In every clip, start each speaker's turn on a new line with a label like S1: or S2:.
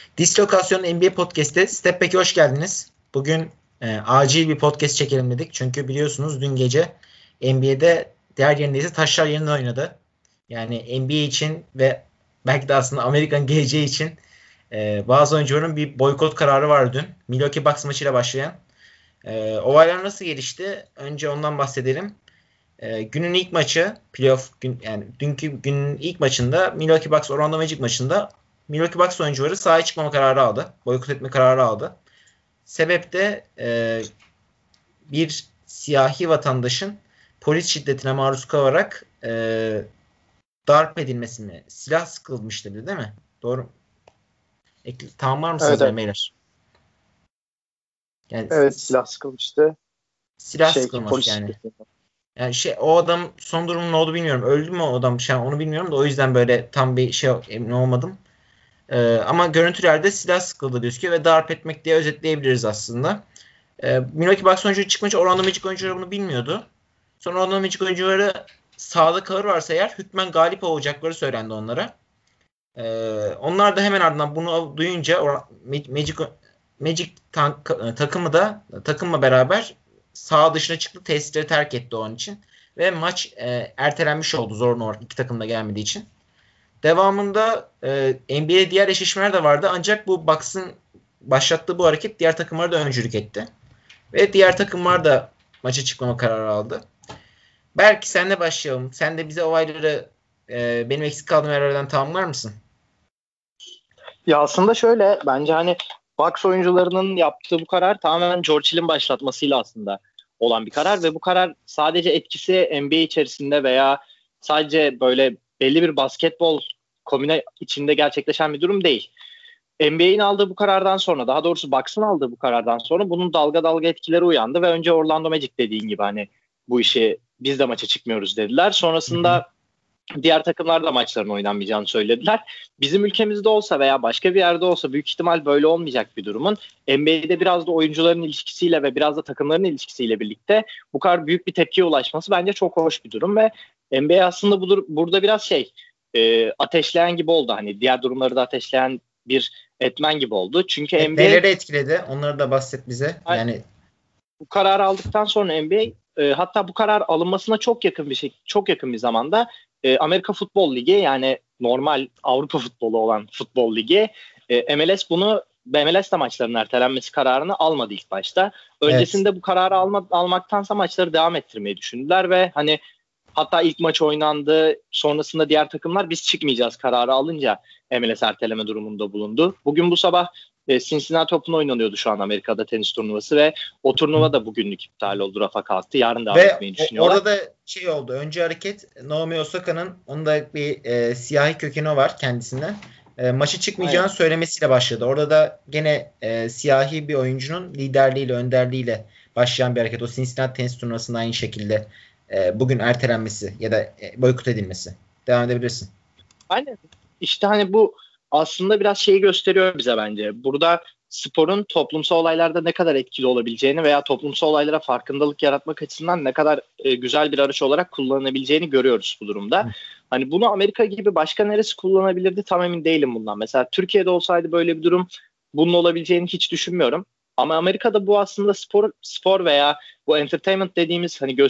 S1: Dislokasyon NBA Podcast'te Step Back'e hoş geldiniz. Bugün acil bir podcast çekelim dedik. Çünkü biliyorsunuz dün gece NBA'de diğer yerindeyse taşlar yerinde oynadı. Yani NBA için ve belki de aslında Amerika'nın geleceği için bazı oyuncuların bir boykot kararı vardı dün. Milwaukee Bucks maçıyla başlayan. Olaylar nasıl gelişti? Önce ondan bahsedelim. Günün ilk maçı playoff gün, yani dünkü günün ilk maçında Milwaukee Bucks Orlando Magic maçında Milwaukee Bucks oyuncuları sahaya çıkmama kararı aldı. Boykot etme kararı aldı. Sebep de bir siyahi vatandaşın polis şiddetine maruz kalarak darp edilmesi mi? Silah sıkılmıştı değil mi? Doğru. Tamamlar mısınız
S2: evet.
S1: beyler? Yani,
S2: evet, silah sıkılmıştı.
S1: Silah sıkılması yani. Yani o adam son durumu ne oldu bilmiyorum. Öldü mü o adam? Onu bilmiyorum da o yüzden böyle tam bir emin olmadım. Ama görüntülerde silah sıkıldı gözüküyor ve darp etmek diye özetleyebiliriz aslında. Milwaukee Bucks oyuncu çıkmış, Orlando Magic oyuncuları bunu bilmiyordu. Sonra Orlando Magic oyuncuları sahada kalırlarsa eğer hükmen galip olacakları söylendi onlara. Onlar da hemen ardından bunu duyunca Magic takımla beraber saha dışına çıktı. Tesisleri terk etti onun için. Ve maç ertelenmiş oldu zorunlu olarak iki takım da gelmediği için. Devamında NBA'de diğer eşleşmeler de vardı. Ancak bu Bucks'ın başlattığı bu hareket diğer takımlara da öncülük etti. Ve diğer takımlar da maça çıkmama kararı aldı. Belki senle başlayalım. Sen de bize olayları benim eksik kaldığım yerlerden tamamlar mısın?
S2: Ya aslında şöyle, bence hani Bucks oyuncularının yaptığı bu karar tamamen George Hill'in başlatmasıyla aslında olan bir karar ve bu karar sadece etkisi NBA içerisinde veya sadece böyle belli bir basketbol komüne içinde gerçekleşen bir durum değil. NBA'in aldığı bu karardan sonra, daha doğrusu Bucks'ın aldığı bu karardan sonra bunun dalga dalga etkileri uyandı ve önce Orlando Magic dediğin gibi hani bu işi biz de maça çıkmıyoruz dediler. Sonrasında diğer takımlar da maçların oynanmayacağını söylediler. Bizim ülkemizde olsa veya başka bir yerde olsa büyük ihtimal böyle olmayacak bir durumun NBA'de biraz da oyuncuların ilişkisiyle ve biraz da takımların ilişkisiyle birlikte bu kadar büyük bir tepkiye ulaşması bence çok hoş bir durum ve NBA aslında burada biraz ateşleyen gibi oldu. Hani diğer durumları da ateşleyen bir etmen gibi oldu. Çünkü NBA
S1: neleri etkiledi? Onları da bahset bize. Yani
S2: bu kararı aldıktan sonra NBA hatta bu karar alınmasına çok yakın bir zamanda Amerika Futbol Ligi, yani normal Avrupa futbolu olan Futbol Ligi, MLS de maçların ertelenmesi kararını almadı ilk başta. Öncesinde bu kararı almaktansa maçları devam ettirmeyi düşündüler ve hani hatta ilk maç oynandı. Sonrasında diğer takımlar biz çıkmayacağız kararı alınca MLS erteleme durumunda bulundu. Bugün bu sabah Cincinnati Open oynanıyordu şu an Amerika'da, tenis turnuvası ve o turnuva da bugünlük iptal oldu, rafa kalktı. Yarın devam etmeyi düşünüyorlar.
S1: Orada da oldu. Önce hareket Naomi Osaka'nın, onun da bir siyahi kökeni var kendisinden. Maçı çıkmayacağını söylemesiyle başladı. Orada da gene siyahi bir oyuncunun liderliğiyle, önderliğiyle başlayan bir hareket. O Cincinnati tenis turnuvasında aynı şekilde bugün ertelenmesi ya da boykot edilmesi. Devam edebilirsin.
S2: Aynen. İşte hani bu aslında biraz şeyi gösteriyor bize bence. Burada sporun toplumsal olaylarda ne kadar etkili olabileceğini veya toplumsal olaylara farkındalık yaratmak açısından ne kadar güzel bir araç olarak kullanılabileceğini görüyoruz bu durumda. Hani bunu Amerika gibi başka neresi kullanabilirdi tam emin değilim bundan. Mesela Türkiye'de olsaydı böyle bir durum bunun olabileceğini hiç düşünmüyorum. Ama Amerika'da bu aslında spor veya bu entertainment dediğimiz hani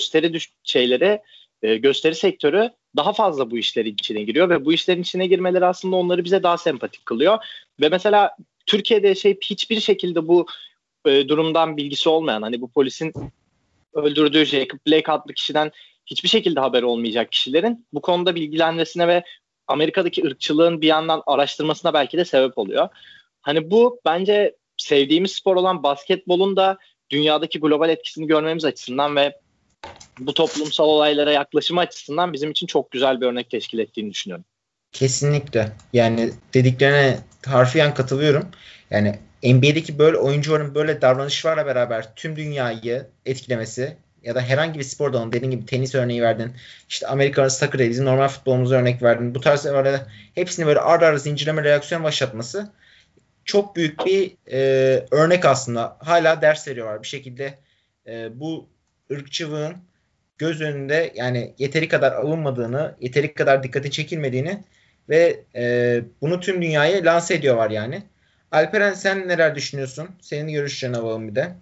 S2: gösteri sektörü daha fazla bu işlerin içine giriyor ve bu işlerin içine girmeleri aslında onları bize daha sempatik kılıyor. Ve mesela Türkiye'de yaşayıp hiçbir şekilde bu durumdan bilgisi olmayan, hani bu polisin öldürdüğü Jacob Blake adlı kişiden hiçbir şekilde haberi olmayacak kişilerin bu konuda bilgilenmesine ve Amerika'daki ırkçılığın bir yandan araştırmasına belki de sebep oluyor. Hani bu bence sevdiğimiz spor olan basketbolun da dünyadaki global etkisini görmemiz açısından ve bu toplumsal olaylara yaklaşımı açısından bizim için çok güzel bir örnek teşkil ettiğini düşünüyorum.
S1: Kesinlikle. Yani dediklerine harfiyen katılıyorum. Yani NBA'deki böyle oyuncuların böyle davranışlarla beraber tüm dünyayı etkilemesi ya da herhangi bir spor dalının, dediğin gibi tenis örneği verdin. İşte Amerikan soccer değil, bizim normal futbolumuza örnek verdin. Bu tarz böyle hepsini böyle ara ara zincirleme reaksiyon başlatması çok büyük bir örnek aslında. Hala ders veriyorlar bir şekilde. Bu ırkçılığın göz önünde yani yeteri kadar alınmadığını, yeteri kadar dikkate çekilmediğini ve bunu tüm dünyaya lanse ediyorlar yani. Alperen sen neler düşünüyorsun? Senin görüşlerini alalım bir de.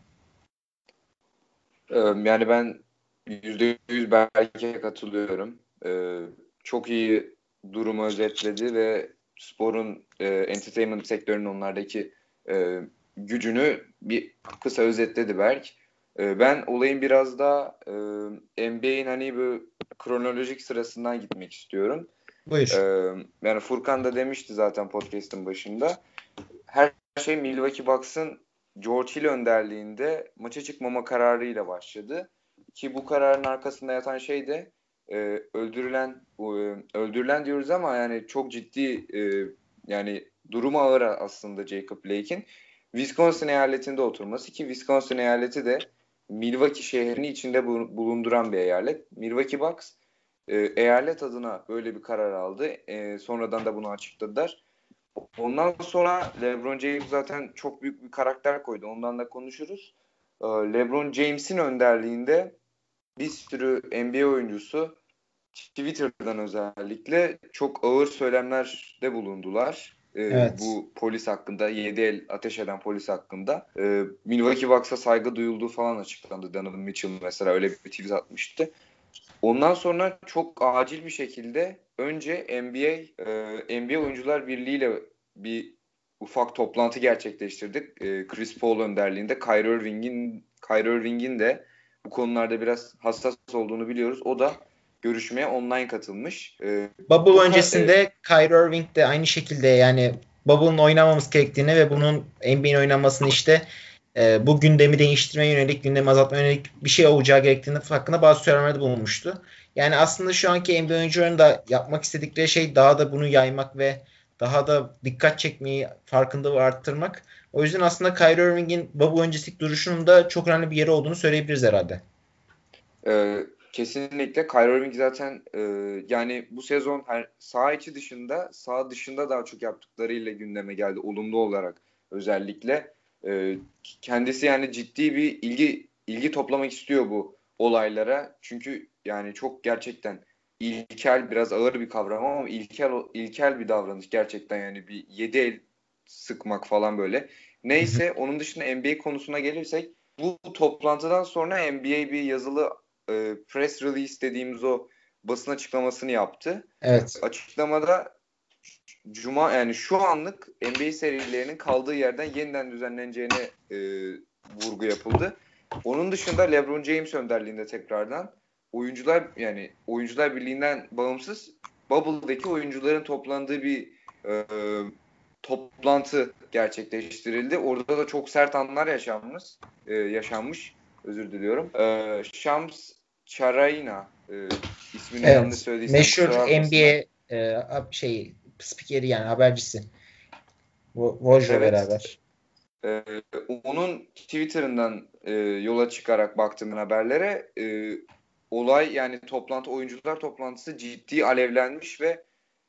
S3: Yani ben %100 Berke'ye katılıyorum. Çok iyi durumu özetledi ve sporun, entertainment sektörünün onlardaki gücünü bir kısa özetledi Berk. Ben olayın biraz da NBA'in hani bu kronolojik sırasından gitmek istiyorum.
S1: Buyur.
S3: Yani Furkan da demişti zaten podcast'ın başında. Her şey Milwaukee Bucks'ın George Hill önderliğinde maça çıkmama kararıyla başladı. Ki bu kararın arkasında yatan şey de öldürülen diyoruz ama yani çok ciddi, yani durumu ağır aslında Jacob Blake'in Wisconsin eyaletinde oturması, ki Wisconsin eyaleti de Milwaukee şehrini içinde bulunduran bir eyalet. Milwaukee Bucks eyalet adına böyle bir karar aldı. Sonradan da bunu açıkladılar. Ondan sonra LeBron James zaten çok büyük bir karakter koydu. Ondan da konuşuruz. LeBron James'in önderliğinde bir sürü NBA oyuncusu Twitter'dan özellikle çok ağır söylemlerde bulundular.
S1: Evet.
S3: Bu polis hakkında, 7 el ateş eden polis hakkında. Milwaukee Bucks'a saygı duyulduğu falan açıklandı. Donovan Mitchell mesela öyle bir tweet atmıştı. Ondan sonra çok acil bir şekilde önce NBA Oyuncular Birliği ile bir ufak toplantı gerçekleştirdik. Chris Paul önderliğinde Kyrie Irving'in de bu konularda biraz hassas olduğunu biliyoruz. O da görüşmeye online katılmış.
S1: Bubble öncesinde Kyrie Irving de aynı şekilde, yani Bubble'ın oynamamız gerektiğini ve bunun NBA'in oynanmasını işte bu gündemi değiştirmeye yönelik, gündemi azaltmaya yönelik bir şey olacağı gerektiğini hakkında bazı söylemlerde bulunmuştu. Yani aslında şu anki NBA oyuncuların da yapmak istedikleri şey daha da bunu yaymak ve daha da dikkat çekmeyi, farkındalığı arttırmak. O yüzden aslında Kyrie Irving'in Bubble öncesindeki duruşunun da çok önemli bir yeri olduğunu söyleyebiliriz herhalde.
S3: Kesinlikle Kyrie Irving zaten yani bu sezon saha içi dışında, saha dışında daha çok yaptıklarıyla gündeme geldi olumlu olarak özellikle. Kendisi yani ciddi bir ilgi toplamak istiyor bu olaylara. Çünkü yani çok gerçekten ilkel, biraz ağır bir kavram ama ilkel bir davranış gerçekten, yani bir 7 el sıkmak falan böyle. Neyse, onun dışında NBA konusuna gelirsek, bu toplantıdan sonra NBA bir yazılı press release dediğimiz o basın açıklamasını yaptı.
S1: Evet.
S3: Açıklamada yani şu anlık NBA serilerinin kaldığı yerden yeniden düzenleneceğine vurgu yapıldı. Onun dışında LeBron James önderliğinde tekrardan Oyuncular Birliği'nden bağımsız Bubble'daki oyuncuların toplandığı bir toplantı gerçekleştirildi. Orada da çok sert anlar yaşanmış. Özür diliyorum. Shams Charania ismini yanlış söylediysem
S1: meşhur
S3: kusura bakmasınlar.
S1: NBA spikeri, yani habercisi. Woj'la beraber.
S3: Onun Twitter'ından yola çıkarak baktım haberlere. Olay, yani oyuncular toplantısı ciddi alevlenmiş ve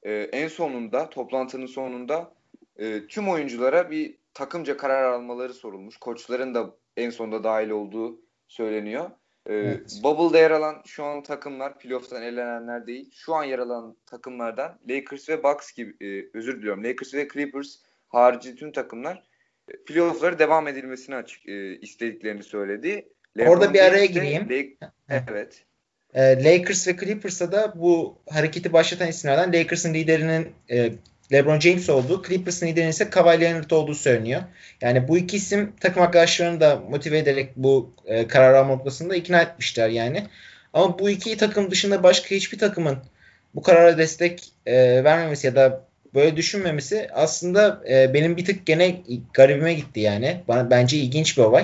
S3: toplantının sonunda tüm oyunculara bir takımca karar almaları sorulmuş. Koçların da en sonunda dahil olduğu söyleniyor.
S1: Evet.
S3: Bubble'da yer alan şu an takımlar, playoff'tan elenenler değil, şu an yer alan takımlardan Lakers ve Bucks gibi, Lakers ve Clippers harici tüm takımlar playoff'lara devam edilmesini istediklerini söyledi.
S1: Orada bir araya
S3: James de
S1: gireyim.
S3: evet.
S1: Lakers ve Clippers'a da bu hareketi başlatan isimlerden Lakers'ın liderinin LeBron James olduğu, Clippers'ın liderinin ise Kawhi Leonard olduğu söyleniyor. Yani bu iki isim takım arkadaşlarını da motive ederek bu karar alma noktasında ikna etmişler yani. Ama bu iki takım dışında başka hiçbir takımın bu karara destek vermemesi ya da böyle düşünmemesi aslında benim bir tık gene garibime gitti yani. Bence ilginç bir olay.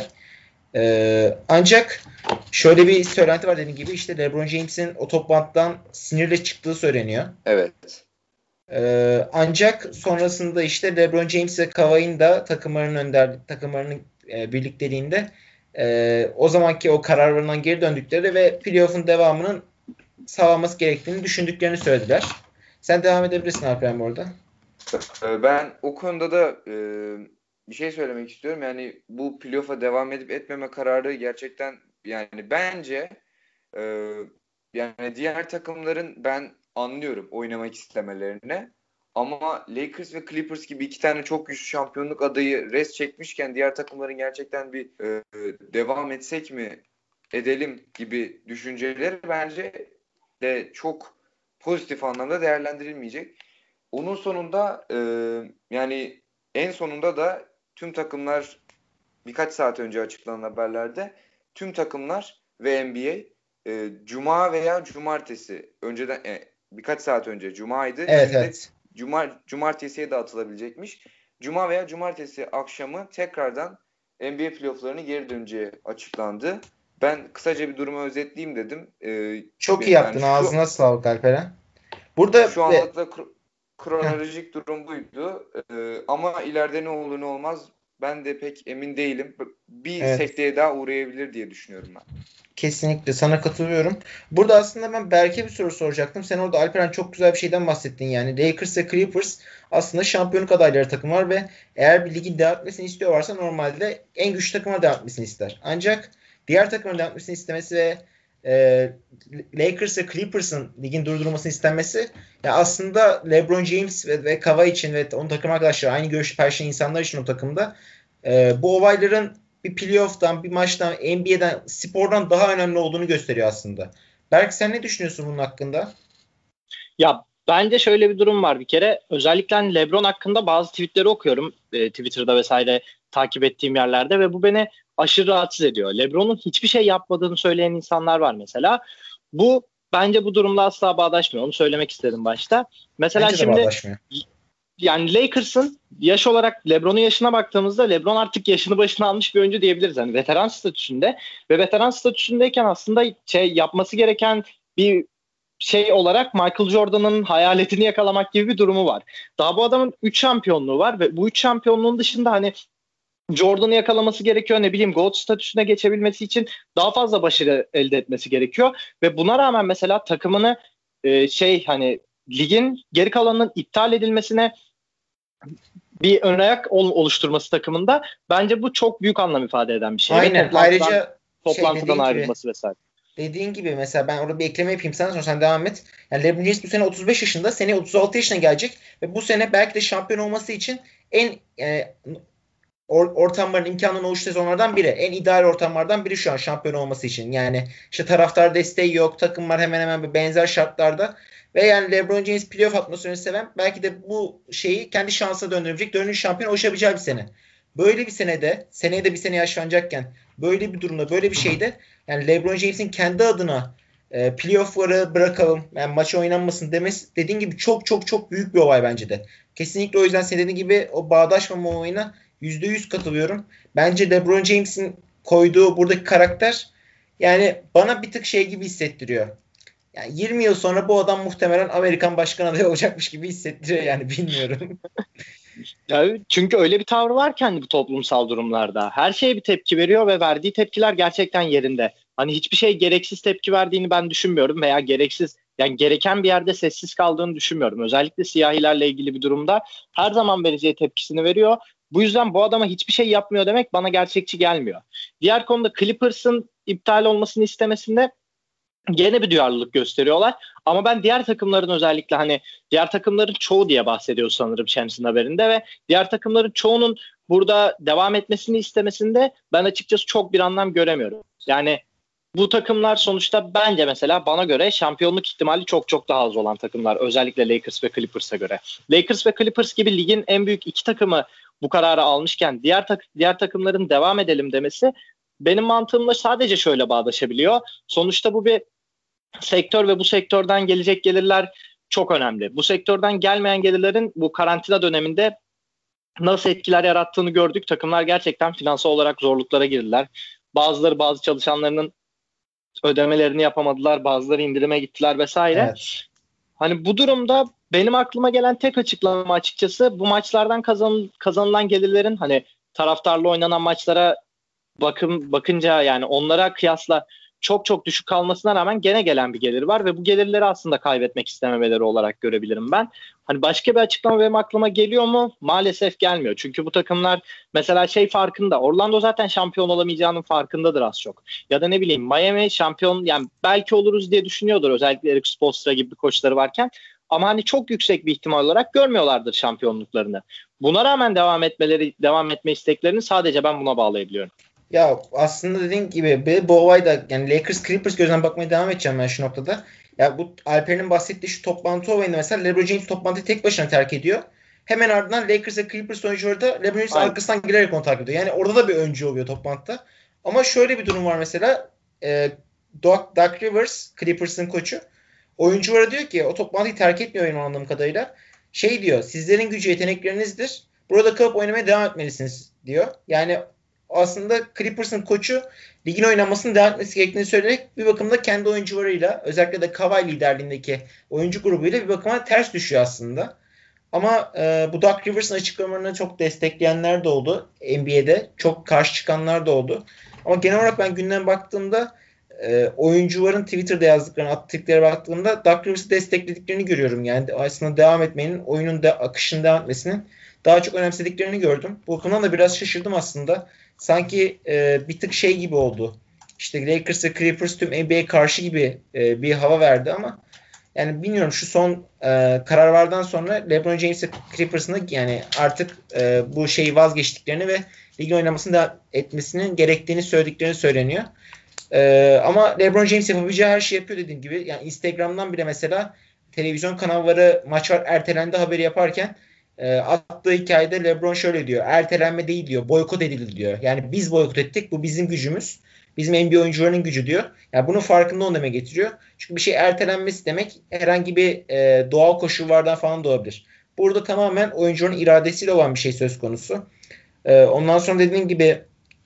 S1: Ancak şöyle bir söylenti var, dediğim gibi işte LeBron James'in o toplantıdan sinirle çıktığı söyleniyor.
S3: Evet.
S1: Ancak sonrasında işte LeBron James ve Kawhi'nin da takımlarının birlikteliğinde o zamanki o kararlarından geri döndükleri ve playoff'un devamının sağlanması gerektiğini düşündüklerini söylediler. Sen devam edebilirsin Alper orada.
S3: Ben o konuda da bir şey söylemek istiyorum. Yani bu playoff'a devam edip etmeme kararı gerçekten, yani bence yani diğer takımların, ben anlıyorum oynamak istemelerini. Ama Lakers ve Clippers gibi iki tane çok güçlü şampiyonluk adayı rest çekmişken diğer takımların gerçekten bir devam etsek mi edelim gibi düşünceleri bence de çok pozitif anlamda değerlendirilmeyecek. Onun sonunda yani en sonunda da tüm takımlar birkaç saat önce açıklanan haberlerde tüm takımlar ve NBA Cuma veya Cumartesi önceden birkaç saat önce Cuma'ydı.
S1: Evet,
S3: Şimdi
S1: evet.
S3: Cumartesiye de atılabilecekmiş. Cuma veya Cumartesi akşamı tekrardan NBA playofflarını geri döneceği açıklandı. Ben kısaca bir durumu özetleyeyim dedim.
S1: Çok iyi yaptın.
S3: Yani
S1: Ağzına sağlık Alperen. Burada
S3: şu anlıkla kronolojik durum buydu. Ama ileride ne olur ne olmaz ben de pek emin değilim. Bir sekteye daha uğrayabilir diye düşünüyorum ben.
S1: Kesinlikle sana katılıyorum. Burada aslında ben Berk'e bir soru soracaktım. Sen orada Alperen çok güzel bir şeyden bahsettin. Yani Lakers ve Clippers aslında şampiyonluk adayları takımlar ve eğer bir ligin devam etmesini istiyorlarsa normalde en güçlü takıma devam etmesini ister. Ancak diğer takımın devam etmesini istemesi ve Lakers ve Clippers'ın ligin durdurulmasını istenmesi ya aslında LeBron James ve Kawhi için ve onun takım arkadaşları aynı görüşü paylaşan insanlar için o takımda bu olayların bir playoff'tan, bir maçtan, NBA'den, spordan daha önemli olduğunu gösteriyor aslında. Berk sen ne düşünüyorsun bunun hakkında?
S2: Ya bence şöyle bir durum var bir kere. Özellikle hani LeBron hakkında bazı tweetleri okuyorum. Twitter'da vesaire takip ettiğim yerlerde ve bu beni aşırı rahatsız ediyor. LeBron'un hiçbir şey yapmadığını söyleyen insanlar var mesela. Bence bu durumla asla bağdaşmıyor. Onu söylemek istedim başta. Mesela
S1: Bence de
S2: şimdi
S1: bağdaşmıyor.
S2: yani Lakers'ın yaş olarak LeBron'un yaşına baktığımızda LeBron artık yaşını başına almış bir oyuncu diyebiliriz. Yani veteran statüsünde ve veteran statüsündeyken aslında yapması gereken bir şey olarak Michael Jordan'ın hayaletini yakalamak gibi bir durumu var. Daha bu adamın 3 şampiyonluğu var ve bu 3 şampiyonluğun dışında hani Jordan'ı yakalaması gerekiyor. Ne bileyim GOAT statüsüne geçebilmesi için daha fazla başarı elde etmesi gerekiyor. Ve buna rağmen mesela takımını hani ligin geri kalanının iptal edilmesine bir ön ayak oluşturması takımında bence bu çok büyük anlam ifade eden bir şey.
S1: Aynen. Ayrıca
S2: toplantıdan ayrılması vesaire.
S1: Dediğin gibi mesela ben orada bir ekleme yapayım sana sonra sen devam et. Yani LeBron James bu sene 35 yaşında, seneye 36 yaşına gelecek ve bu sene belki de şampiyon olması için en ortamların imkanını oluşturan sezonlardan biri. En ideal ortamlardan biri şu an şampiyon olması için. Yani işte taraftar desteği yok. Takımlar hemen hemen benzer şartlarda. Ve yani LeBron James playoff atmosferini seven belki de bu şeyi kendi şansına döndürebilecek, dördüncü şampiyon oluşabileceği bir sene. Böyle bir senede, seneye de bir sene yaşlanacakken böyle bir durumda, böyle bir şeyde yani LeBron James'in kendi adına playoff'ları bırakalım, yani maçı oynanmasın demesi dediğin gibi çok çok çok büyük bir olay bence de. Kesinlikle o yüzden senin dediğin gibi o bağdaşmama olayına %100 katılıyorum. Bence LeBron James'in koyduğu buradaki karakter yani bana bir tık şey gibi hissettiriyor. Yani 20 yıl sonra bu adam muhtemelen Amerikan başkan adayı olacakmış gibi hissettiriyor yani bilmiyorum.
S2: Yani çünkü öyle bir tavrı var ki hani bu toplumsal durumlarda. Her şeye bir tepki veriyor ve verdiği tepkiler gerçekten yerinde. Hani hiçbir şey gereksiz tepki verdiğini ben düşünmüyorum veya gereksiz yani gereken bir yerde sessiz kaldığını düşünmüyorum. Özellikle siyahilerle ilgili bir durumda her zaman vereceği tepkisini veriyor. Bu yüzden bu adama hiçbir şey yapmıyor demek bana gerçekçi gelmiyor. Diğer konuda Clippers'ın iptal olmasını istemesinde gene bir duyarlılık gösteriyorlar. Ama ben diğer takımların özellikle hani diğer takımların çoğu diye bahsediyor sanırım Şems'in haberinde ve diğer takımların çoğunun burada devam etmesini istemesinde ben açıkçası çok bir anlam göremiyorum. Yani bu takımlar sonuçta bence mesela bana göre şampiyonluk ihtimali çok çok daha az olan takımlar. Özellikle Lakers ve Clippers'a göre. Lakers ve Clippers gibi ligin en büyük iki takımı bu kararı almışken diğer takımların devam edelim demesi benim mantığımla sadece şöyle bağdaşabiliyor. Sonuçta bu bir sektör ve bu sektörden gelecek gelirler çok önemli. Bu sektörden gelmeyen gelirlerin bu karantina döneminde nasıl etkiler yarattığını gördük. Takımlar gerçekten finansal olarak zorluklara girdiler. Bazıları bazı çalışanlarının ödemelerini yapamadılar. Bazıları indirime gittiler vesaire.
S1: Evet.
S2: Hani bu durumda benim aklıma gelen tek açıklama açıkçası bu maçlardan kazanılan gelirlerin hani taraftarla oynanan maçlara bakınca yani onlara kıyasla çok çok düşük kalmasına rağmen gene gelen bir gelir var ve bu gelirleri aslında kaybetmek istememeleri olarak görebilirim ben. Hani başka bir açıklama benim aklıma geliyor mu? Maalesef gelmiyor. Çünkü bu takımlar mesela farkında. Orlando zaten şampiyon olamayacağının farkındadır az çok. Ya da ne bileyim Miami şampiyon yani belki oluruz diye düşünüyordur özellikle Eric Spoelstra gibi bir koçları varken. Ama hani çok yüksek bir ihtimal olarak görmüyorlardır şampiyonluklarını. Buna rağmen devam etme isteklerini sadece ben buna bağlayabiliyorum.
S1: Ya aslında dediğin gibi bu olayda yani Lakers Clippers gözden bakmaya devam edeceğim ben şu noktada. Ya bu Alper'in bahsettiği şu toplantı olayında mesela LeBron James toplantıyı tek başına terk ediyor. Hemen ardından Lakers ve Clippers oyuncuları da LeBron James
S2: Aynen.
S1: arkasından girerek onu takip ediyor. Yani orada da bir öncü oluyor toplantıda. Ama şöyle bir durum var mesela. Doc Rivers, Clippers'ın koçu, oyunculara diyor ki o toplantıyı terk etmiyor benim anladığım kadarıyla. Şey diyor, sizlerin gücü yeteneklerinizdir. Burada kalıp oynamaya devam etmelisiniz diyor. Yani aslında Clippers'ın koçu ligin oynanmasının devam etmesi gerektiğini söyleyerek bir bakımda kendi oyuncularıyla özellikle de Kawhi liderliğindeki oyuncu grubuyla bir bakıma ters düşüyor aslında. Ama bu Doc Rivers'ın açıklamalarını çok destekleyenler de oldu. NBA'de çok karşı çıkanlar da oldu. Ama genel olarak ben gündeme baktığımda oyuncuların Twitter'da yazdıklarına, attıkları baktığımda Doc Rivers'ı desteklediklerini görüyorum. Yani aslında devam etmenin, oyunun da akışının devam etmesinin daha çok önemsediklerini gördüm. Bu konudan da biraz şaşırdım aslında. Sanki bir tık şey gibi oldu. İşte Lakers ve Clippers tüm NBA'ye karşı gibi bir hava verdi ama yani bilmiyorum şu son kararlardan sonra LeBron James ve Clippers'ın yani artık bu şeyi vazgeçtiklerini ve ligin oynamasını da etmesinin gerektiğini söylediklerini söyleniyor. Ama LeBron James yapabileceği her şeyi yapıyor dediğim gibi. Yani Instagram'dan bile mesela televizyon kanalları maçlar ertelendi haberi yaparken attığı hikayede LeBron şöyle diyor. Ertelenme değil diyor. Boykot edildi diyor. Yani biz boykot ettik. Bu bizim gücümüz. Bizim NBA oyuncularının gücü diyor. Yani bunun farkında onu demeye getiriyor. Çünkü bir şey ertelenmesi demek herhangi bir doğal koşullardan falan da olabilir. Burada tamamen oyuncunun iradesiyle olan bir şey söz konusu. Ondan sonra dediğim gibi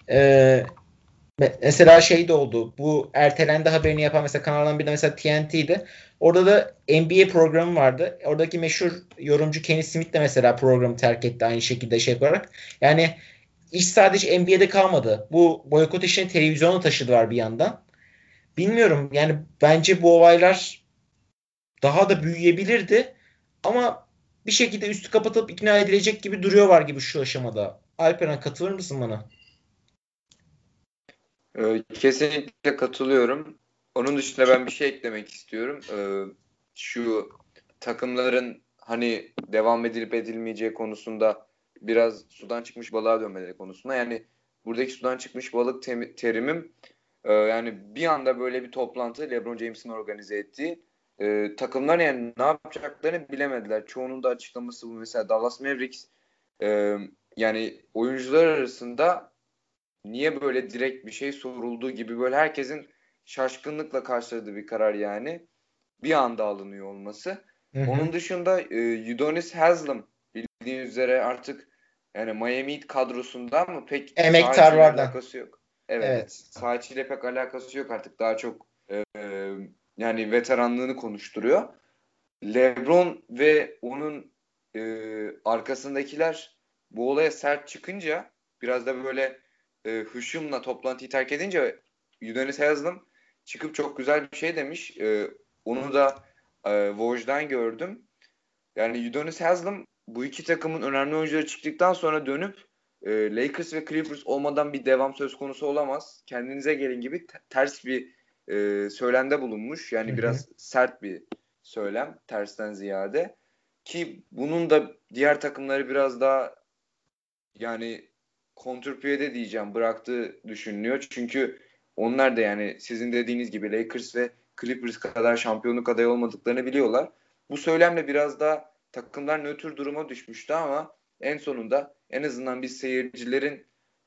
S1: mesela şey de oldu. Bu ertelendi haberini yapan mesela kanaldan bir de mesela TNT'ydi. Orada da NBA programı vardı. Oradaki meşhur yorumcu Kenny Smith de mesela programı terk etti aynı şekilde şey yaparak. Yani iş sadece NBA'de kalmadı. Bu boykot işini televizyona taşıdılar bir yandan. Bilmiyorum yani bence bu olaylar daha da büyüyebilirdi. Ama bir şekilde üstü kapatılıp ikna edilecek gibi duruyorlar gibi şu aşamada. Alperen katılır mısın bana?
S3: Kesinlikle katılıyorum. Onun dışında ben bir şey eklemek istiyorum. Şu takımların hani devam edilip edilmeyeceği konusunda biraz sudan çıkmış balığa dönmeleri konusunda. Yani buradaki sudan çıkmış balık terimim yani bir anda böyle bir toplantı LeBron James'in organize ettiği takımlar yani ne yapacaklarını bilemediler. Çoğunun da açıklaması bu. Mesela Dallas Mavericks yani oyuncular arasında niye böyle direkt bir şey sorulduğu gibi böyle herkesin şaşkınlıkla karşıladığı bir karar yani. Bir anda alınıyor olması.
S1: Hı hı.
S3: Onun dışında Udonis Haslem bildiğiniz üzere artık yani Miami Heat kadrosunda ama pek saha içiyle
S1: Emektarlardan.
S3: alakası yok. Evet.
S1: Evet.
S3: Saha içiyle pek alakası yok artık. Daha çok yani veteranlığını konuşturuyor. LeBron ve onun arkasındakiler bu olaya sert çıkınca biraz da böyle hışımla toplantıyı terk edince Udonis Haslem çıkıp çok güzel bir şey demiş. Onu da Woj'dan gördüm. Yani Udonis Haslem bu iki takımın önemli oyuncuları çıktıktan sonra dönüp Lakers ve Clippers olmadan bir devam söz konusu olamaz. Kendinize gelin gibi ters bir söylemde bulunmuş. Yani biraz sert bir söylem tersten ziyade. Ki bunun da diğer takımları biraz daha yani kontrpiyede diyeceğim bıraktığı düşünülüyor. Çünkü onlar da yani sizin dediğiniz gibi Lakers ve Clippers kadar şampiyonluk adayı olmadıklarını biliyorlar. Bu söylemle biraz daha takımlar nötr duruma düşmüştü ama en sonunda en azından biz seyircilerin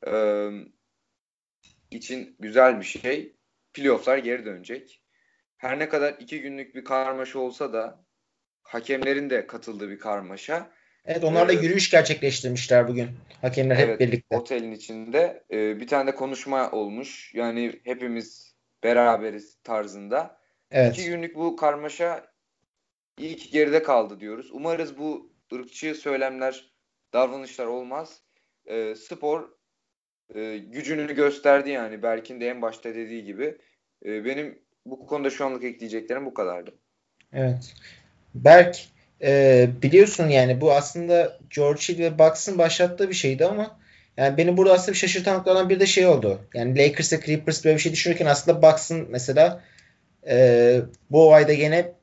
S3: için güzel bir şey. Playoff'lar geri dönecek. Her ne kadar 2 günlük bir karmaşa olsa da hakemlerin de katıldığı bir karmaşa.
S1: Evet onlarla yürüyüş gerçekleştirmişler bugün. Hakemler hep birlikte.
S3: Otelin içinde bir tane de konuşma olmuş. Yani hepimiz beraberiz tarzında.
S1: Evet.
S3: 2 günlük bu karmaşa iyi ki geride kaldı diyoruz. Umarız bu ırkçı söylemler, davranışlar olmaz. Spor gücünü gösterdi yani. Berk'in de en başta dediği gibi. Benim bu konuda şu anlık ekleyeceklerim bu kadardı.
S1: Evet. Berk biliyorsun yani bu aslında George Hill ve Bucks'ın başlattığı bir şeydi ama yani beni burada aslında bir şaşırtan noktalardan bir de şey oldu. Yani Lakers ve Clippers böyle bir şey düşünürken aslında Bucks'ın mesela bu olayda gene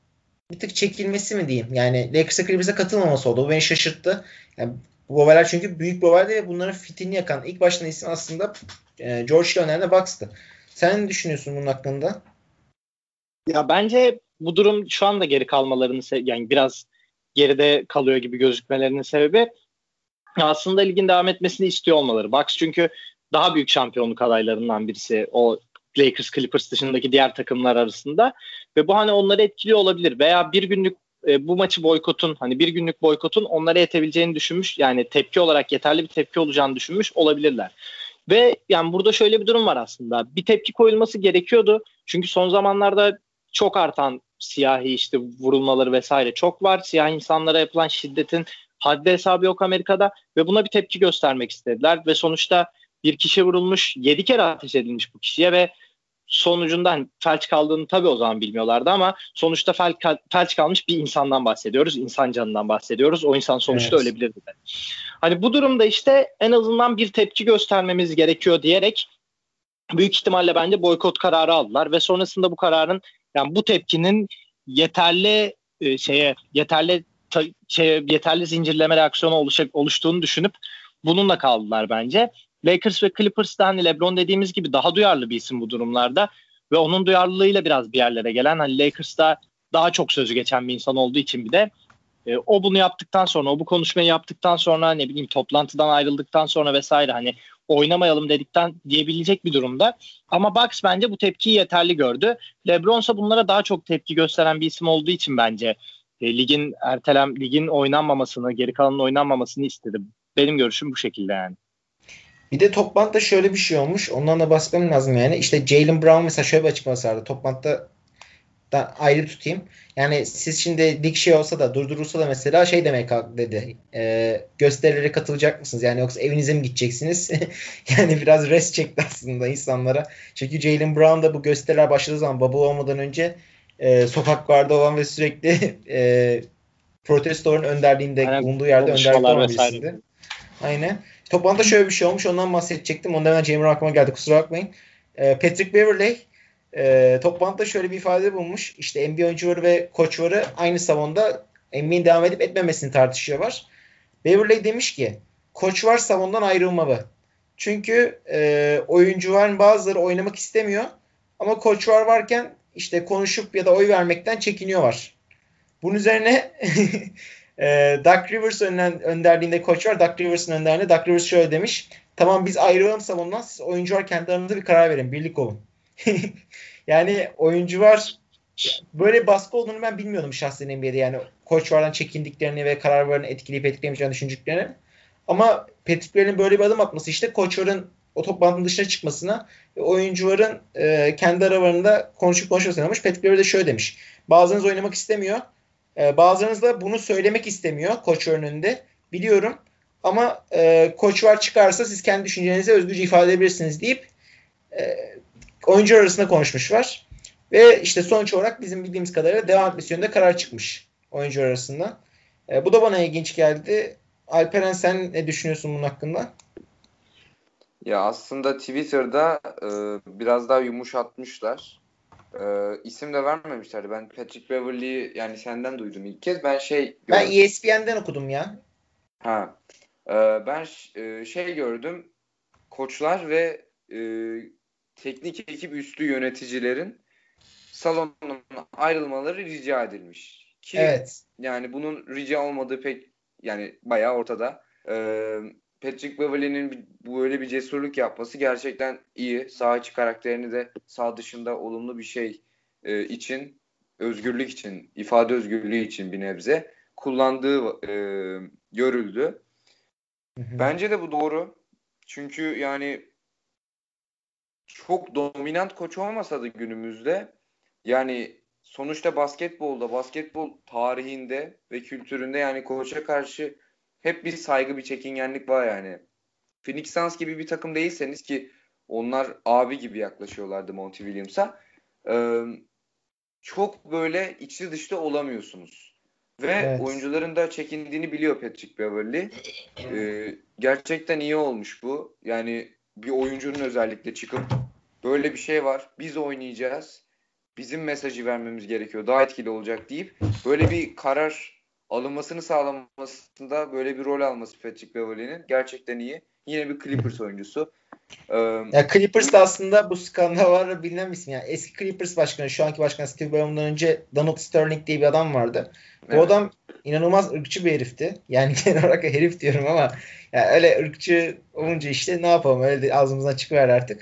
S1: bir tık çekilmesi mi diyeyim. Yani Lakers'a Clippers'a katılmaması oldu. Bu beni şaşırttı. Yani bu Bover'ler çünkü büyük Bover'de ve bunların fitini yakan ilk baştan isim aslında George Hill önerdiğinde Bucks'tı. Sen ne düşünüyorsun bunun hakkında?
S2: Ya bence bu durum şu anda geri kalmalarının yani biraz geride kalıyor gibi gözükmelerinin sebebi aslında ligin devam etmesini istiyor olmaları. Bucks çünkü daha büyük şampiyonluk adaylarından birisi o Lakers Clippers dışındaki diğer takımlar arasında ve bu hani onları etkiliyor olabilir veya bir günlük bu maçı boykotun hani bir günlük boykotun onlara yetebileceğini düşünmüş, yani tepki olarak yeterli bir tepki olacağını düşünmüş olabilirler. Ve yani burada şöyle bir durum var aslında. Bir tepki koyulması gerekiyordu. Çünkü son zamanlarda çok artan siyahi işte vurulmaları vesaire çok var. Siyahi insanlara yapılan şiddetin haddi hesabı yok Amerika'da ve buna bir tepki göstermek istediler ve sonuçta bir kişi vurulmuş, 7 kere ateş edilmiş bu kişiye ve sonucunda hani felç kaldığını tabii o zaman bilmiyorlardı ama sonuçta felç kalmış bir insandan bahsediyoruz. İnsan canından bahsediyoruz. O insan sonuçta
S1: Evet.
S2: ölebilirdi de. Hani bu durumda işte en azından bir tepki göstermemiz gerekiyor diyerek büyük ihtimalle bence boykot kararı aldılar ve sonrasında bu kararın, yani bu tepkinin yeterli yeterli zincirleme reaksiyonu oluştuğunu düşünüp bununla kaldılar bence. Lakers ve Clippers'ta hani LeBron dediğimiz gibi daha duyarlı bir isim bu durumlarda ve onun duyarlılığıyla biraz bir yerlere gelen, hani Lakers'ta daha çok sözü geçen bir insan olduğu için bir de o bunu yaptıktan sonra, o bu konuşmayı yaptıktan sonra, ne bileyim toplantıdan ayrıldıktan sonra vesaire hani oynamayalım diyebilecek bir durumda. Ama Bucks bence bu tepkiyi yeterli gördü. LeBron ise bunlara daha çok tepki gösteren bir isim olduğu için bence ligin oynanmamasını, geri kalanın oynanmamasını istedi. Benim görüşüm bu şekilde yani.
S1: Bir de toplantıda şöyle bir şey olmuş. Ondan da bahsetmem lazım yani. İşte Jaylen Brown mesela şöyle bir açıklaması vardı. Toplantıda da ayrı tutayım. Yani siz şimdi lig şey olsa da durdurulsa da mesela şey demek dedi. Gösterilere katılacak mısınız? Yani yoksa evinize mi gideceksiniz? Yani biraz rest çekti aslında insanlara. Çünkü Jaylen Brown da bu gösteriler başladığı zaman bubble olmadan önce sokaklarda olan ve sürekli protestoların önderliğinde
S2: Aynen,
S1: bulunduğu yerde önderlikte
S2: konuşmalar
S1: olan
S2: vesaire.
S1: birisiydi. Aynen. Toplantıda şöyle bir şey olmuş. Ondan bahsedecektim. Ondan hemen Cemre aklıma geldi. Kusura bakmayın. Patrick Beverley toplantıda şöyle bir ifade bulmuş. İşte NBA oyuncuları ve koçları aynı salonda NBA'nin devam edip etmemesini tartışıyorlar. Beverley demiş ki koç var salondan ayrılmalı. Çünkü oyuncuların bazıları oynamak istemiyor. Ama koç varken işte konuşup ya da oy vermekten çekiniyorlar. Bunun üzerine Doug Rivers önderliğinde koç var. Doug Rivers'ın önderliğinde. Doug Rivers şöyle demiş. Tamam biz ayrılalım salondan. Siz oyuncular kendi aranızda bir karar verin. Birlik olun. Yani oyuncular böyle baskı olduğunu ben bilmiyordum şahsen NBA'de. Yani koç vardan çekindiklerini ve kararlarını etkileyip etkilemeyeceğini düşündüklerini. Ama Patrick Beverley'in böyle bir adım atması işte koçların o toplantının dışına çıkmasına ve oyuncuların kendi aralarında konuşup konuşmasına. Patrick Beverley de şöyle demiş. Bazılarınız oynamak istemiyor. Bazılarınız da bunu söylemek istemiyor koç önünde. Biliyorum. Ama koç var çıkarsa siz kendi düşüncelerinizi özgürce ifade edebilirsiniz deyip oyuncular arasında konuşmuşlar. Ve işte sonuç olarak bizim bildiğimiz kadarıyla devam etmesi yönünde karar çıkmış oyuncular arasında. Bu da bana ilginç geldi. Alperen sen ne düşünüyorsun bunun hakkında?
S3: Ya aslında Twitter'da biraz daha yumuşatmışlar. İsim de vermemişlerdi. Ben Patrick Beverley'i yani senden duydum ilk kez. Ben
S1: Ben ESPN'den okudum ya.
S3: Ha. Ben şey gördüm. Koçlar ve teknik ekip üstü yöneticilerin salondan ayrılmaları rica edilmiş. Ki
S1: Evet.
S3: yani bunun rica olmadığı pek yani bayağı ortada. Patrick Beverley'nin böyle bir cesurluk yapması gerçekten iyi. Sağ içi karakterini de sağ dışında olumlu bir şey için, özgürlük için, ifade özgürlüğü için bir nebze kullandığı görüldü. Bence de bu doğru. Çünkü yani çok dominant koç olmasa da günümüzde yani sonuçta basketbol tarihinde ve kültüründe yani koça karşı hep bir saygı, bir çekingenlik var yani. Phoenix Suns gibi bir takım değilseniz ki onlar abi gibi yaklaşıyorlardı Monty Williams'a. Çok böyle içli dışlı olamıyorsunuz. Ve
S1: Evet.
S3: oyuncuların da çekindiğini biliyor Patrick Beverley. Gerçekten iyi olmuş bu. Yani bir oyuncunun özellikle çıkıp böyle bir şey var. Biz oynayacağız. bizim mesajı vermemiz gerekiyor. Daha etkili olacak deyip böyle bir karar alınmasını sağlamasında böyle bir rol alması Patrick Beverley'nin gerçekten iyi. Yine bir Clippers oyuncusu.
S1: Ya Clippers da aslında bu skandallarla bilinen bir isim. Yani eski Clippers başkanı, şu anki başkan Steve Ballmer'dan önce Donald Sterling diye bir adam vardı. Bu
S3: Evet.
S1: adam inanılmaz ırkçı bir herifti. Yani genel olarak herif diyorum ama yani öyle ırkçı olunca işte ne yapalım, öyle de ağzımızdan çıkıver artık.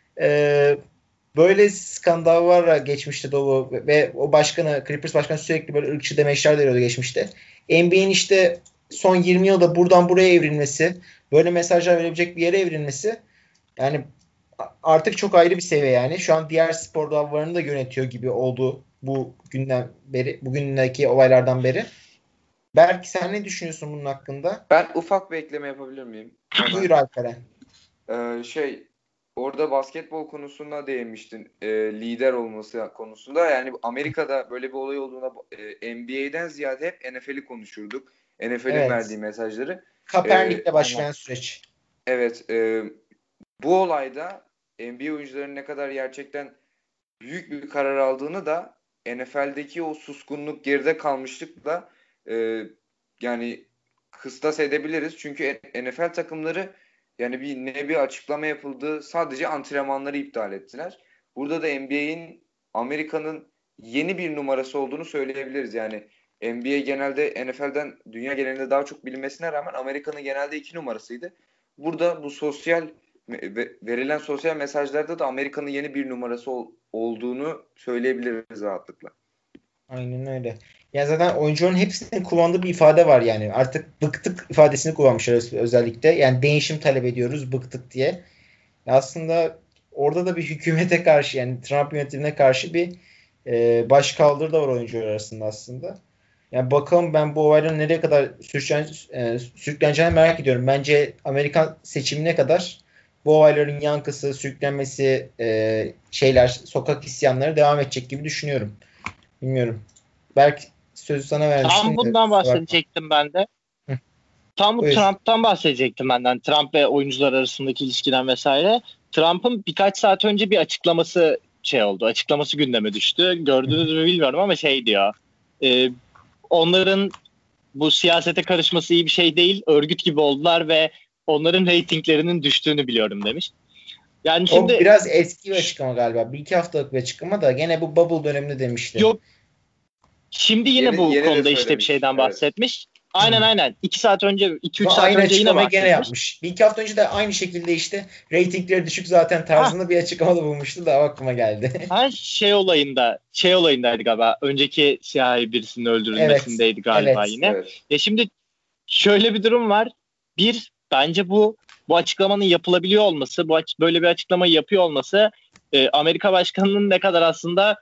S1: Böyle skandallarla geçmişte dolu ve o başkanı, Clippers başkanı sürekli böyle ırkçı demeçler veriyordu geçmişte. NBA'in işte son 20 yılda buradan buraya evrilmesi, böyle mesajlar verebilecek bir yere evrilmesi yani artık çok ayrı bir seviye yani. Şu an diğer spor dallarını da yönetiyor gibi oldu bu günden beri, bugündeki olaylardan beri. Berk, sen ne düşünüyorsun bunun hakkında?
S3: Ben ufak bir ekleme yapabilir miyim?
S1: Buyur Alperen.
S3: Orada basketbol konusuna değinmiştin. Lider olması konusunda. Yani Amerika'da böyle bir olay olduğunda NBA'den ziyade hep NFL'i konuşurduk. NFL'in verdiği mesajları.
S1: Kaepernick'le başlayan süreç.
S3: Evet. Bu olayda NBA oyuncularının ne kadar gerçekten büyük bir karar aldığını da NFL'deki o suskunluk, geride kalmışlıkla yani kıstas edebiliriz. Çünkü NFL takımları yani bir açıklama yapıldı. Sadece antrenmanları iptal ettiler. Burada da NBA'in Amerika'nın yeni bir numarası olduğunu söyleyebiliriz. Yani NBA genelde NFL'den dünya genelinde daha çok bilinmesine rağmen Amerika'nın genelde 2 numarasıydı. Burada bu verilen sosyal mesajlarda da Amerika'nın yeni bir numarası olduğunu söyleyebiliriz rahatlıkla.
S1: Aynen öyle. Ya zaten oyuncuların hepsinin kullandığı bir ifade var yani. Artık bıktık ifadesini kullanmışlar özellikle. Yani değişim talep ediyoruz, bıktık diye. Ya aslında orada da bir hükümete karşı, yani Trump yönetimine karşı bir başkaldırı da var oyuncular arasında aslında. Yani bakalım, ben bu olayların nereye kadar sürükleneceğini merak ediyorum. Bence Amerikan seçimine kadar bu olayların yankısı, sürüklenmesi, sokak isyanları devam edecek gibi düşünüyorum. Bilmiyorum. Belki sözü sana vermiştim.
S2: Tam bundan bahsedecektim ben de. Tam bu Trump'tan bahsedecektim benden. Trump ve oyuncular arasındaki ilişkiden vesaire. Trump'ın birkaç saat önce bir açıklaması oldu. Açıklaması gündeme düştü. Gördünüz mü bilmiyorum ama diyor. Onların bu siyasete karışması iyi bir şey değil. Örgüt gibi oldular ve onların reytinglerinin düştüğünü biliyorum demiş. Yani şimdi
S1: o biraz eski bir açıklama galiba. Bir iki haftalık bir açıklama da gene bu bubble döneminde demişti.
S2: Yok. Şimdi yine bu konuda işte bir şeyden bahsetmiş. Aynen. 2 saat önce, 2-3 saat önce yine bahsetmiş.
S1: Gene yapmış. Bir iki hafta önce de aynı şekilde işte reytingleri düşük zaten tarzında bir açıklamada bulmuştu da aklıma geldi.
S2: Olayındaydı galiba. Önceki siyahi birisinin öldürülmesindeydi galiba yine.
S3: Evet.
S2: Ya şimdi şöyle bir durum var. Bence bu açıklamanın yapılabiliyor olması, böyle bir açıklamayı yapıyor olması Amerika Başkanı'nın ne kadar aslında,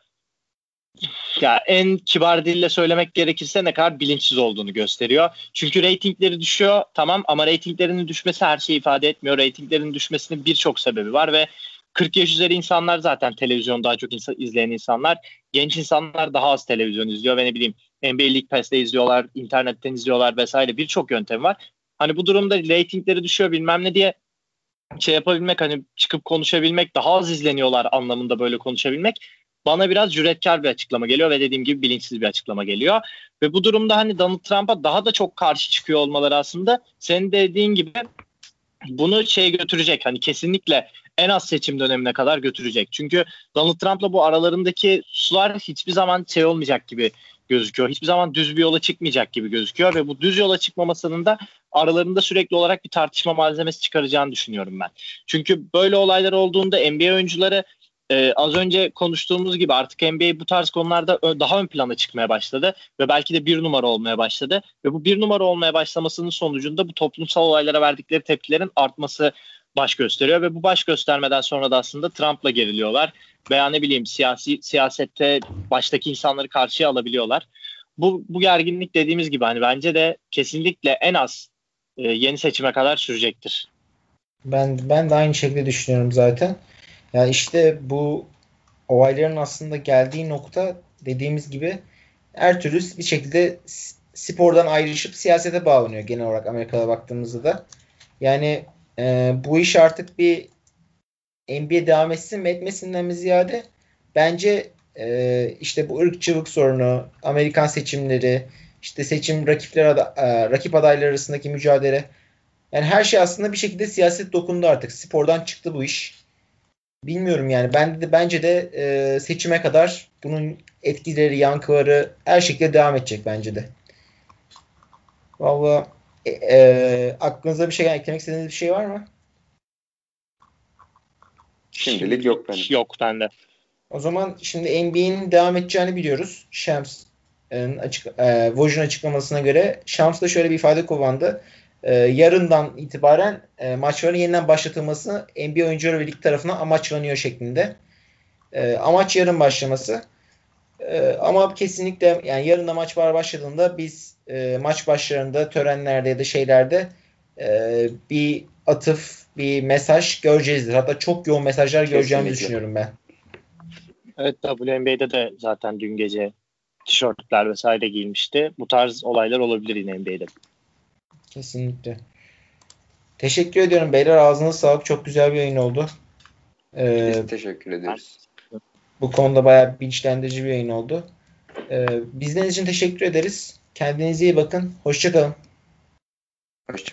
S2: ya en kibar dille söylemek gerekirse, ne kadar bilinçsiz olduğunu gösteriyor. Çünkü reytingleri düşüyor, tamam, ama reytinglerinin düşmesi her şeyi ifade etmiyor. Reytinglerin düşmesinin birçok sebebi var ve 40 yaş üzeri insanlar zaten televizyon daha çok izleyen insanlar. Genç insanlar daha az televizyon izliyor ve NBA League Pass'te izliyorlar, internetten izliyorlar vesaire, birçok yöntem var. Hani bu durumda reytingleri düşüyor bilmem ne diye yapabilmek, hani çıkıp konuşabilmek, daha az izleniyorlar anlamında böyle konuşabilmek bana biraz cüretkar bir açıklama geliyor ve dediğim gibi bilinçsiz bir açıklama geliyor. Ve bu durumda hani Donald Trump'a daha da çok karşı çıkıyor olmaları aslında senin dediğin gibi bunu götürecek. Hani kesinlikle en az seçim dönemine kadar götürecek. Çünkü Donald Trump'la bu aralarındaki sular hiçbir zaman olmayacak gibi gözüküyor. Hiçbir zaman düz bir yola çıkmayacak gibi gözüküyor ve bu düz yola çıkmamasının da aralarında sürekli olarak bir tartışma malzemesi çıkaracağını düşünüyorum ben. Çünkü böyle olaylar olduğunda NBA oyuncuları az önce konuştuğumuz gibi artık NBA bu tarz konularda daha ön plana çıkmaya başladı ve belki de bir numara olmaya başladı ve bu bir numara olmaya başlamasının sonucunda bu toplumsal olaylara verdikleri tepkilerin artması baş gösteriyor ve bu baş göstermeden sonra da aslında Trump'la geriliyorlar veya siyasette baştaki insanları karşıya alabiliyorlar. Bu gerginlik dediğimiz gibi hani bence de kesinlikle en az yeni seçime kadar sürecektir.
S1: Ben de aynı şekilde düşünüyorum zaten. Yani işte bu olayların aslında geldiği nokta, dediğimiz gibi her türlü bir şekilde spordan ayrışıp siyasete bağlanıyor genel olarak Amerika'da baktığımızda da. Yani bu iş artık bir NBA devam etsin mi etmesinden mi ziyade bence işte bu ırkçılık sorunu, Amerikan seçimleri, işte rakip adaylar arasındaki mücadele. Yani her şey aslında bir şekilde siyaset dokundu artık. Spordan çıktı bu iş. Bilmiyorum yani. Bence de seçime kadar bunun etkileri, yankıları her şekilde devam edecek bence de. Vallahi aklınıza bir şey eklemek istediğiniz bir şey var mı?
S3: Şimdilik yok bende.
S2: Yok bende.
S1: O zaman şimdi NBA'nin devam edeceğini biliyoruz. Woj'un açıklamasına göre Shams da şöyle bir ifade kullandı. Yarından itibaren maçların yeniden başlatılması NBA Oyuncuları Birliği tarafından amaçlanıyor şeklinde. Amaç yarın başlaması. Ama kesinlikle yani yarın da maç başladığında biz maç başlarında, törenlerde ya da şeylerde bir atıf, bir mesaj göreceğizdir. Hatta çok yoğun mesajlar göreceğimizi düşünüyorum ben.
S2: Evet, WNBA'de de zaten dün gece tişörtler vesaire giyilmişti. Bu tarz olaylar olabilir yine NBA'de.
S1: Kesinlikle. Teşekkür ediyorum beyler. Ağzınıza sağlık. Çok güzel bir yayın oldu.
S3: Biz teşekkür ederiz.
S1: Bu konuda bayağı bilinçlendirici bir yayın oldu. Bizden için teşekkür ederiz. Kendinize iyi bakın. Hoşça kalın.
S3: Hoşça